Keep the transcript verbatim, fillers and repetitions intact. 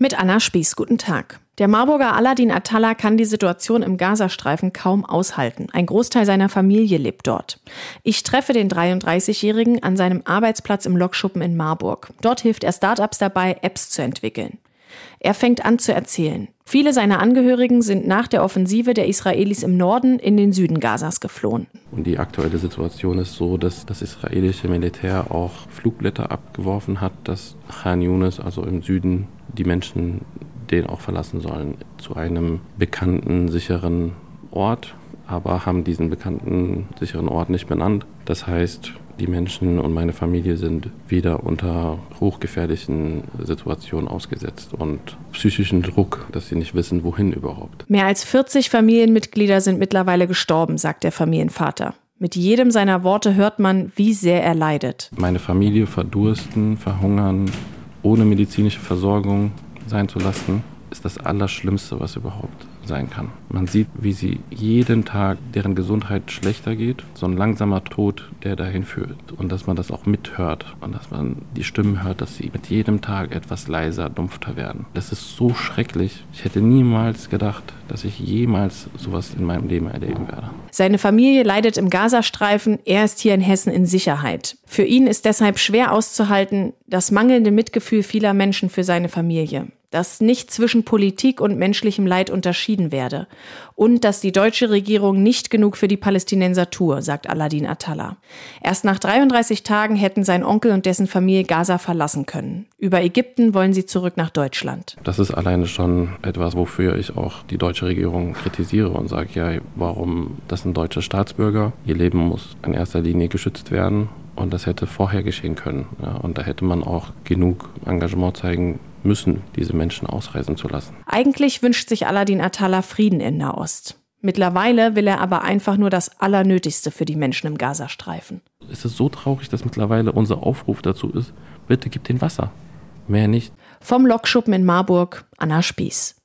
Mit Anna Spieß, guten Tag. Der Marburger Aladin Attallah kann die Situation im Gazastreifen kaum aushalten. Ein Großteil seiner Familie lebt dort. Ich treffe den dreiunddreißigjährigen an seinem Arbeitsplatz im Lokschuppen in Marburg. Dort hilft er Startups dabei, Apps zu entwickeln. Er fängt an zu erzählen. Viele seiner Angehörigen sind nach der Offensive der Israelis im Norden in den Süden Gazas geflohen. Und die aktuelle Situation ist so, dass das israelische Militär auch Flugblätter abgeworfen hat, dass Khan Yunis, also im Süden, die Menschen den auch verlassen sollen, zu einem bekannten, sicheren Ort, aber haben diesen bekannten, sicheren Ort nicht benannt. Das heißt, die Menschen und meine Familie sind wieder unter hochgefährlichen Situationen ausgesetzt und psychischen Druck, dass sie nicht wissen, wohin überhaupt. Mehr als vierzig Familienmitglieder sind mittlerweile gestorben, sagt der Familienvater. Mit jedem seiner Worte hört man, wie sehr er leidet. Meine Familie verdursten, verhungern, ohne medizinische Versorgung sein zu lassen, ist das Allerschlimmste, was überhaupt sein kann. Man sieht, wie sie jeden Tag, deren Gesundheit schlechter geht, so ein langsamer Tod, der dahin führt. Und dass man das auch mithört und dass man die Stimmen hört, dass sie mit jedem Tag etwas leiser, dumpfer werden. Das ist so schrecklich. Ich hätte niemals gedacht, dass ich jemals sowas in meinem Leben erleben werde. Seine Familie leidet im Gazastreifen, er ist hier in Hessen in Sicherheit. Für ihn ist deshalb schwer auszuhalten, das mangelnde Mitgefühl vieler Menschen für seine Familie. Dass nicht zwischen Politik und menschlichem Leid unterschieden werde. Und dass die deutsche Regierung nicht genug für die Palästinenser tue, sagt Aladin Attallah. Erst nach dreiunddreißig Tagen hätten sein Onkel und dessen Familie Gaza verlassen können. Über Ägypten wollen sie zurück nach Deutschland. Das ist alleine schon etwas, wofür ich auch die deutsche Regierung kritisiere und sage, ja, warum, das sind deutsche Staatsbürger, ihr Leben muss in erster Linie geschützt werden. Und das hätte vorher geschehen können. Ja, und da hätte man auch genug Engagement zeigen müssen, diese Menschen ausreisen zu lassen. Eigentlich wünscht sich Aladin Attallah Frieden in Nahost. Mittlerweile will er aber einfach nur das Allernötigste für die Menschen im Gazastreifen. Es ist so traurig, dass mittlerweile unser Aufruf dazu ist, bitte gib den Wasser. Mehr nicht. Vom Lokschuppen in Marburg, Anna Spieß.